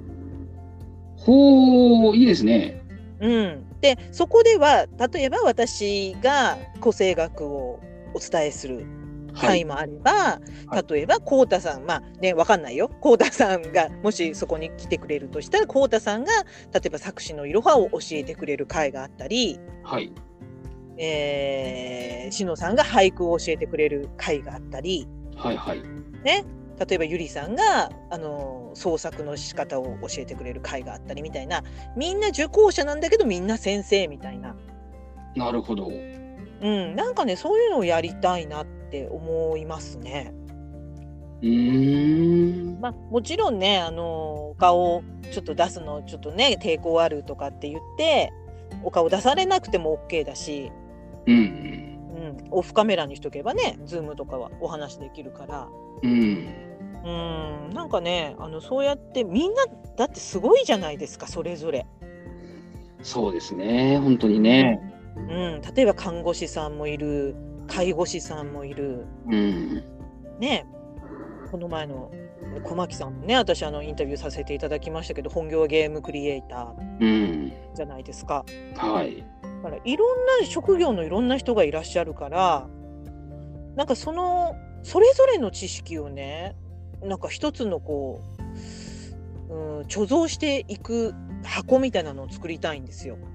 ほう、いいですね。 でそこでは例えば私が個性学をお伝えする会もあれば、例えばこうたさん、わかんないよ、こうたさんがもしそこに来てくれるとしたら、こうたさんが例えば作詞のいろはを教えてくれる会があったり、しのさんが俳句を教えてくれる会があったり、例えばゆりさんが創作の仕方を教えてくれる会があったりみたいな、みんな受講者なんだけどみんな先生みたいな。 なるほど。 なんかね、そういうのをやりたいなって思いますね。もちろんね、顔をちょっと出すのちょっとね抵抗あるとかって言ってお顔出されなくても OK だし、オフカメラにしとけばね、ズームとかはお話できるから、なんかね、そうやってみんなだってすごいじゃないですか、それぞれ。 そうですね、本当にね。 例えば看護師さんもいる、介護士さんもいる、ね、この前の小牧さんね、私インタビューさせていただきましたけど、本業ゲームクリエイターじゃないですか。だからいろんな職業のいろんな人がいらっしゃるから、なんかそれぞれの知識をね、なんか一つのこう、貯蔵していく箱みたいなのを作りたいんですよ。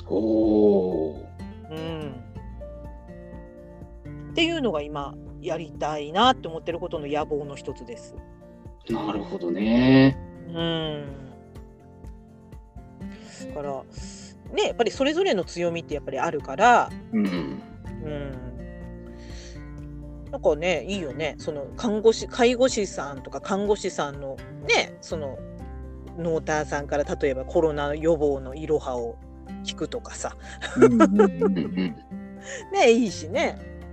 っていうのが今やりたいなって思ってることの野望の一つです。 なるほどね。 だからね、やっぱりそれぞれの強みってやっぱりあるから、なんかね、いいよね。その介護士さんとか看護師さんのね、そのノーターさんから例えばコロナ予防のいろはを聞くとかさ、ね、いいしね。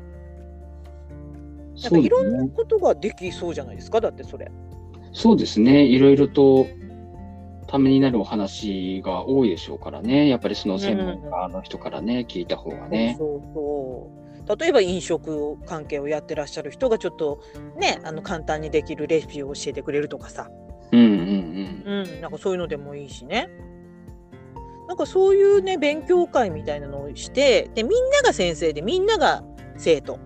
なんかいろんなことができそうじゃないですか、だってそれ。 そうですね、いろいろとためになるお話が多いでしょうからね、やっぱりその専門家の人からね、聞いた方がね。 例えば飲食関係をやってらっしゃる人がちょっとね、簡単にできるレシピを教えてくれるとかさ、なんかそういうのでもいいしね。なんかそういうね、勉強会みたいなのをして、でみんなが先生でみんなが生徒。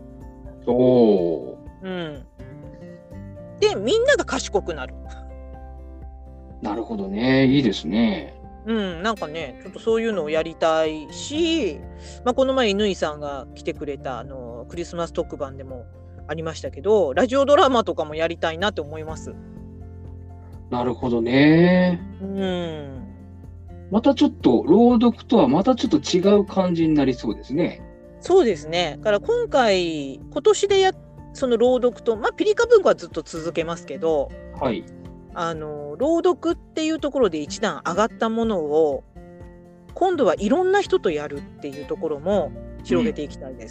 でみんなが賢くなる。 なるほどね、いいですね。 なんかね、ちょっとそういうのをやりたいし、この前乾さんが来てくれたクリスマス特番でもありましたけど、ラジオドラマとかもやりたいなって思います。 なるほどね。またちょっと朗読とはまたちょっと違う感じになりそうですね。 そうですね。だから今年でその朗読と、ピリカ文庫はずっと続けますけど、朗読っていうところで一段上がったものを今度はいろんな人とやるっていうところも広げていきたいです。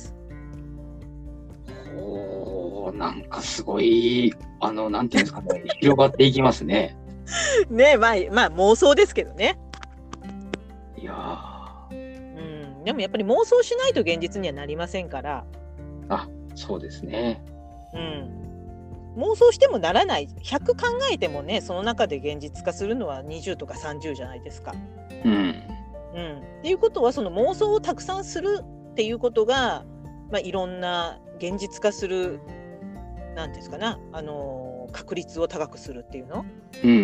なんかすごいなんていうんですかね、広がっていきますね。 ね、妄想ですけどね。 いやでもやっぱり妄想しないと現実にはなりませんから。 そうですね。 妄想してもならない。100考えてもね、その中で現実化するのは20とか30じゃないですか。っていうことは、その妄想をたくさんするっていうことが、いろんな現実化する、なんですかな、確率を高くするっていうの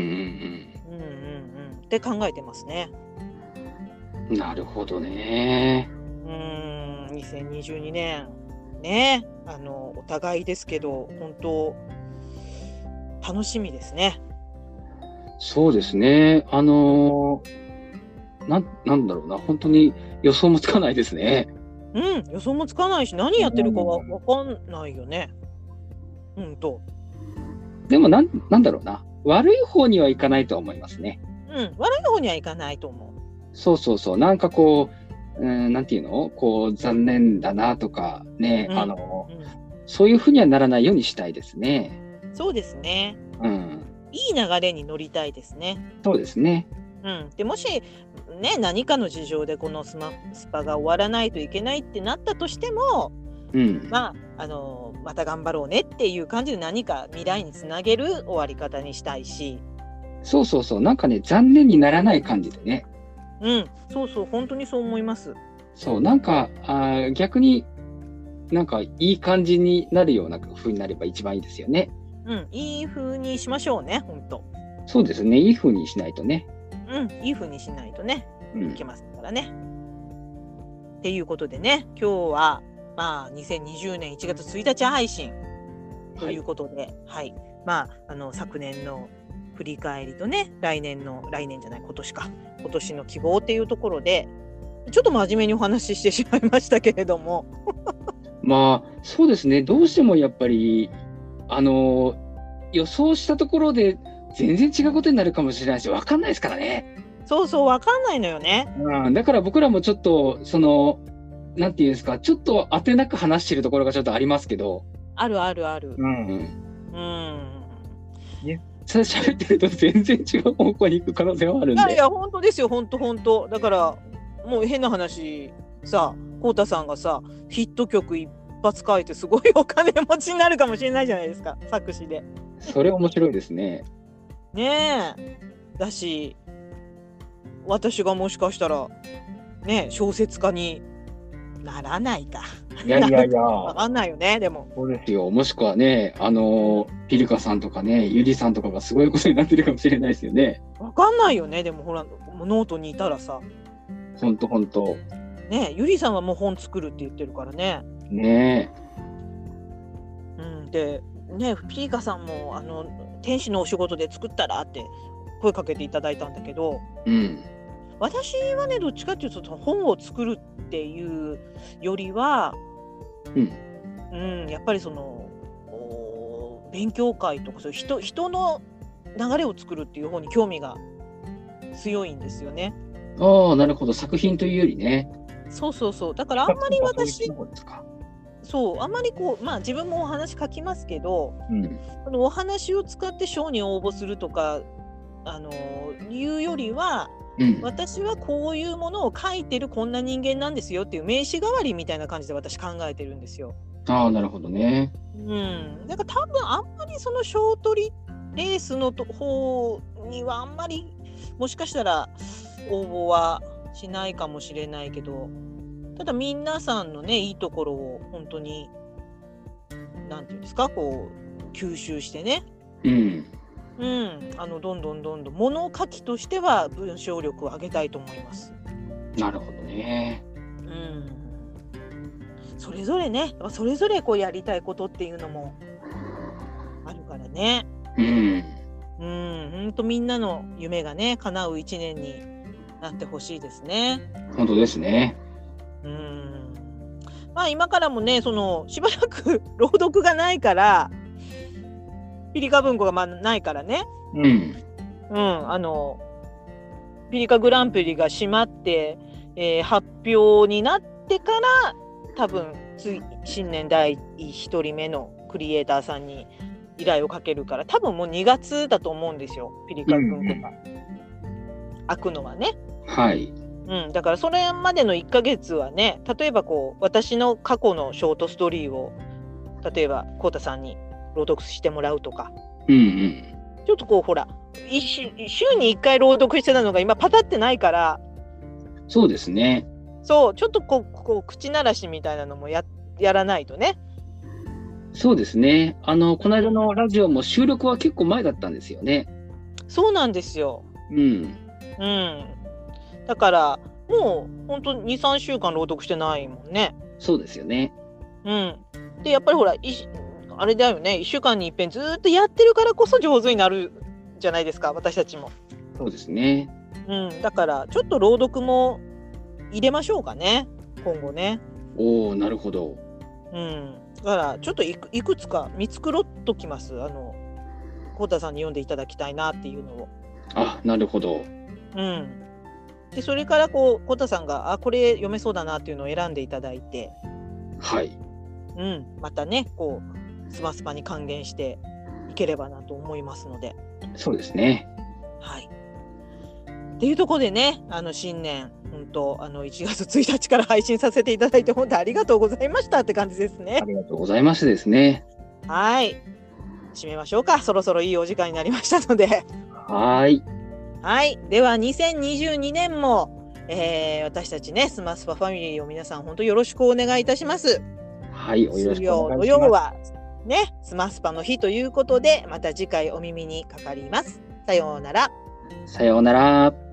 って考えてますね。 なるほどね。 2022年ね、お互いですけど本当楽しみですね。 そうですね。なんだろうな、本当に予想もつかないですね。 予想もつかないし、何やってるかは分かんないよね。 でもなんだろうな、悪い方にはいかないとは思いますね。 悪い方にはいかないと思う。 そうそうそう、なんかこう、なんていうの、こう残念だなとかね、そういうふうにはならないようにしたいですね。 そうですね。いい流れに乗りたいですね。 そうですね。 でもしね、何かの事情でこのスパが終わらないといけないってなったとしても、また頑張ろうねっていう感じで何か未来につなげる終わり方にしたいし。 そうそうそう、なんかね、残念にならない感じでね。 そうそう、本当にそう思います。 そう、なんか逆になんかいい感じになるような風になれば一番いいですよね。 いい風にしましょうね、本当。 そうですね、いい風にしないとね。 いい風にしないとね、いけますからね。っていうことでね、今日は2020年1月1日配信ということで、昨年の振り返りとね、今年の希望っていうところで、ちょっと真面目にお話ししてしまいましたけれども。 そうですね、どうしてもやっぱり予想したところで全然違うことになるかもしれないし、分かんないですからね。 そうそう、分かんないのよね。 だから僕らもちょっとなんていうんですか、ちょっと当てなく話してるところがちょっとありますけど。 ある。 それ喋ってると全然違う方向に行く可能性はあるんで。 いや本当ですよ、本当。だからもう変な話さ、こうたさんがさヒット曲一発書いてすごいお金持ちになるかもしれないじゃないですか、作詞で。 それ面白いですね。 ねえ、だし私がもしかしたらね、小説家にならないか。 いやわかんないよね。でもそうですよ。もしくはね、ピルカさんとかね、ユリさんとかがすごいことになってるかもしれないですよね。 わかんないよね。でもほら、ノートにいたらさ、 ほんとね、ユリさんはもう本作るって言ってるからね。でね、ピリカさんも天使のお仕事で作ったらって声かけていただいたんだけど、私はね、どっちかっていうと本を作るっていうよりは、やっぱり勉強会とかそういう人の流れを作るっていう方に興味が強いんですよね。 なるほど、作品というよりね。 そう。だからあんまり私あんまり自分もお話書きますけど、そのお話を使って賞に応募するとかいうよりは、私はこういうものを書いてるこんな人間なんですよっていう名刺代わりみたいな感じで私考えてるんですよ。 なるほどね。 だから多分あんまりその賞取りレースの方にはあんまりもしかしたら応募はしないかもしれないけど、ただ皆さんのね、いいところを本当になんていうんですか、吸収してね、どんどん物書きとしては文章力を上げたいと思います。 なるほどね。 それぞれね、それぞれやりたいことっていうのもあるからね。本当みんなの夢がね叶う一年になってほしいですね。 本当ですね。 今からもね、しばらく朗読がないから、ピリカ文庫がないからね。ピリカグランプリが閉まって、発表になってから多分新年第1人目のクリエイターさんに依頼をかけるから、多分もう2月だと思うんですよ、ピリカ文庫が開くのはね。だからそれまでの1ヶ月はね、例えば私の過去のショートストーリーを例えばコウタさんに朗読してもらうとか、ちょっとほら週に1回朗読してたのが今パタってないから。 そうですね。 そう、ちょっと口慣らしみたいなのもやらないとね。 そうですね。この間のラジオも収録は結構前だったんですよね。 そうなんですよ。だからもう本当に 2,3 週間朗読してないもんね。 そうですよね。 でやっぱりほらあれだよね、1週間に一遍ずっとやってるからこそ上手になるじゃないですか、私たちも。 そうですね。 だからちょっと朗読も入れましょうかね、今後ね。 なるほど。 だからちょっといくつか見繕っときます。 コウタさんに読んでいただきたいなっていうのを。 あ、なるほど。 うん。でそれからコウタさんがこれ読めそうだなっていうのを選んでいただいて、 はい。 うん、またねスマスパに還元していければなと思いますので。 そうですね。 はい。っていうところでね、新年本当1月1日から配信させていただいて本当ありがとうございましたって感じですね。 ありがとうございますですね。 はい。締めましょうか。そろそろいいお時間になりましたので。 はい。 はい。では2022年も、私たちねスマスパファミリーを皆さん本当よろしくお願いいたします。 はい。およろしくお願いします。 土曜はねスマスパの日ということでまた次回お耳にかかります。さようなら。 さようなら。